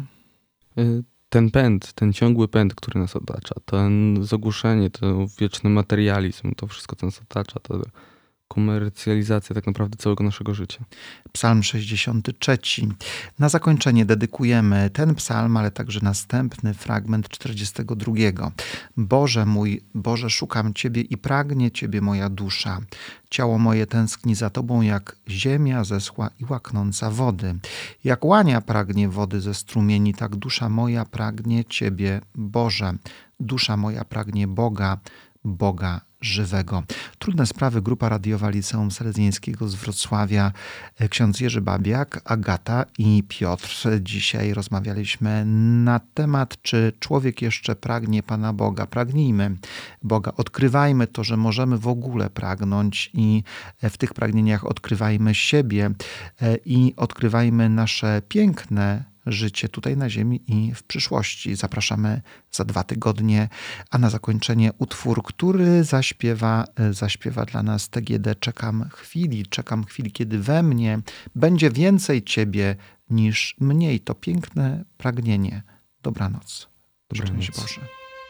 Ten pęd, ten ciągły pęd, który nas otacza, ten zagłuszenie, ten wieczny materializm, to wszystko, co nas otacza, to komercjalizacja tak naprawdę całego naszego życia. Psalm sześćdziesiąty trzeci. Na zakończenie dedykujemy ten psalm, ale także następny fragment czterdziestego drugiego. Boże mój, Boże, szukam Ciebie i pragnie Ciebie moja dusza. Ciało moje tęskni za Tobą jak ziemia zeschła i łaknąca wody. Jak łania pragnie wody ze strumieni, tak dusza moja pragnie Ciebie, Boże. Dusza moja pragnie Boga, Boga żywego. Trudne sprawy, grupa radiowa Liceum Salezjańskiego z Wrocławia, ksiądz Jerzy Babiak, Agata i Piotr. Dzisiaj rozmawialiśmy na temat, czy człowiek jeszcze pragnie Pana Boga. Pragnijmy Boga, odkrywajmy to, że możemy w ogóle pragnąć i w tych pragnieniach odkrywajmy siebie i odkrywajmy nasze piękne życie tutaj na ziemi i w przyszłości. Zapraszamy za dwa tygodnie, a na zakończenie utwór, który zaśpiewa, zaśpiewa dla nas T G D. Czekam chwili, czekam chwili, kiedy we mnie będzie więcej Ciebie niż mniej. To piękne pragnienie. Dobranoc. Dobranoc. Szczęść Boże.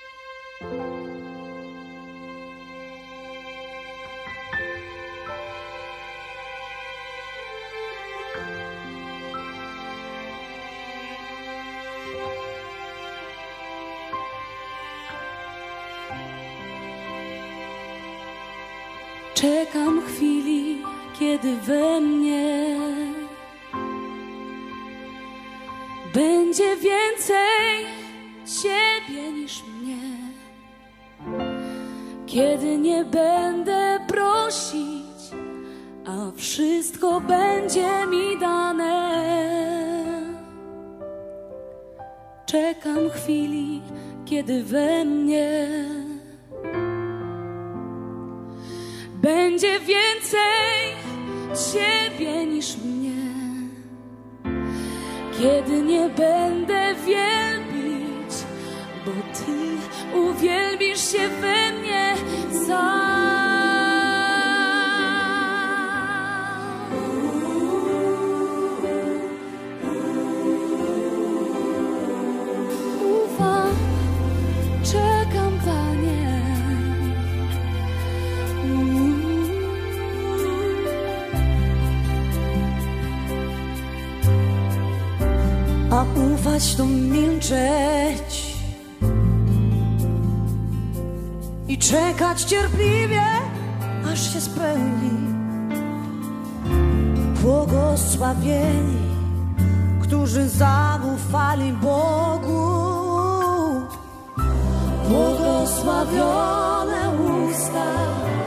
Czekam chwili, kiedy we mnie będzie więcej Ciebie niż mnie. Kiedy nie będę prosić, a wszystko będzie mi dane. Czekam chwili, kiedy we mnie będzie więcej Ciebie niż mnie. Kiedy nie będę wielbić, bo Ty uwielbisz się we mnie sam. Ufam, czekam, Panie. A ufać to milczeć i czekać cierpliwie, aż się spełni. Błogosławieni, którzy zaufali Bogu. Błogosławione usta,